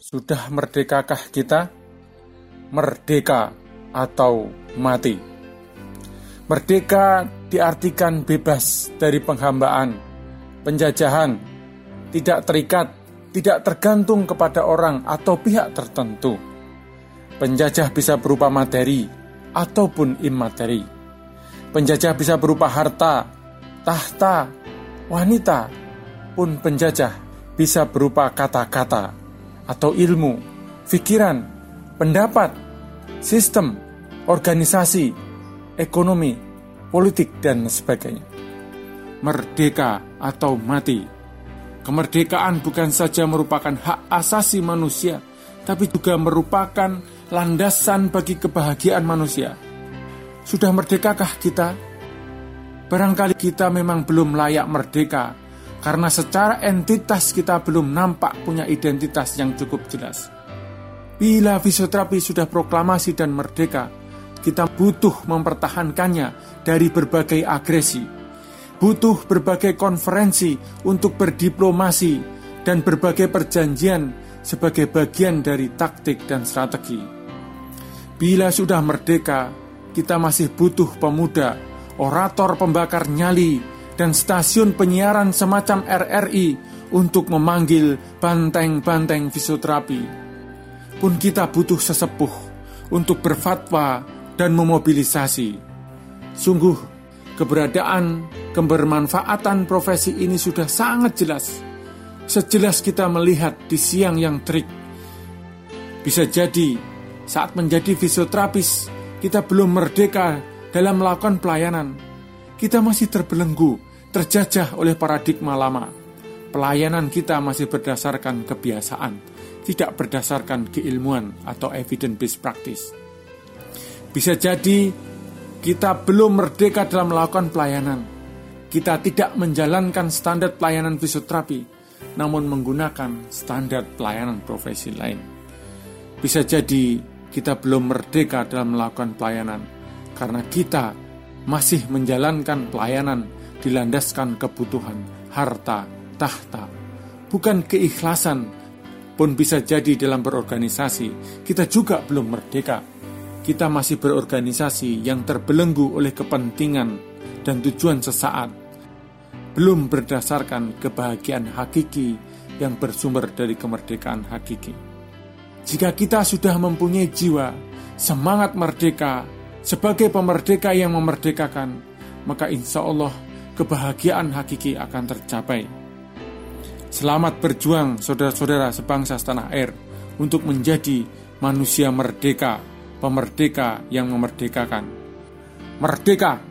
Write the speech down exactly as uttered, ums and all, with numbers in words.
Sudah merdekakah kita? Merdeka atau mati. Merdeka diartikan bebas dari penghambaan, penjajahan, tidak terikat, tidak tergantung kepada orang atau pihak tertentu. Penjajah bisa berupa materi ataupun imateri. Penjajah bisa berupa harta, tahta, wanita, pun penjajah bisa berupa kata-kata atau ilmu, pikiran, pendapat, sistem, organisasi, ekonomi, politik, dan sebagainya. Merdeka atau mati. Kemerdekaan bukan saja merupakan hak asasi manusia, tapi juga merupakan landasan bagi kebahagiaan manusia. Sudah merdekakah kita? Barangkali kita memang belum layak merdeka, karena secara entitas kita belum nampak punya identitas yang cukup jelas. Bila fisioterapi sudah proklamasi dan merdeka, kita butuh mempertahankannya dari berbagai agresi, butuh berbagai konferensi untuk berdiplomasi dan berbagai perjanjian sebagai bagian dari taktik dan strategi. Bila sudah merdeka, kita masih butuh pemuda, orator pembakar nyali, dan stasiun penyiaran semacam R R I untuk memanggil banteng-banteng fisioterapi. Pun kita butuh sesepuh untuk berfatwa dan memobilisasi. Sungguh, keberadaan, kebermanfaatan profesi ini sudah sangat jelas. Sejelas kita melihat di siang yang terik. Bisa jadi, saat menjadi fisioterapis, kita belum merdeka dalam melakukan pelayanan. Kita masih terbelenggu, terjajah oleh paradigma lama. Pelayanan kita masih berdasarkan kebiasaan, tidak berdasarkan keilmuan atau evidence-based practice. Bisa jadi kita belum merdeka dalam melakukan pelayanan. Kita tidak menjalankan standar pelayanan fisioterapi, namun menggunakan standar pelayanan profesi lain. Bisa jadi kita belum merdeka dalam melakukan pelayanan, karena kita masih menjalankan pelayanan dilandaskan kebutuhan, harta, tahta, bukan keikhlasan. Pun bisa jadi dalam berorganisasi, kita juga belum merdeka. Kita masih berorganisasi yang terbelenggu oleh kepentingan dan tujuan sesaat, belum berdasarkan kebahagiaan hakiki yang bersumber dari kemerdekaan hakiki. Jika kita sudah mempunyai jiwa, semangat merdeka, sebagai pemerdeka yang memerdekakan, maka insya Allah kebahagiaan hakiki akan tercapai. Selamat berjuang saudara-saudara sebangsa setanah air untuk menjadi manusia merdeka, pemerdeka yang memerdekakan. Merdeka!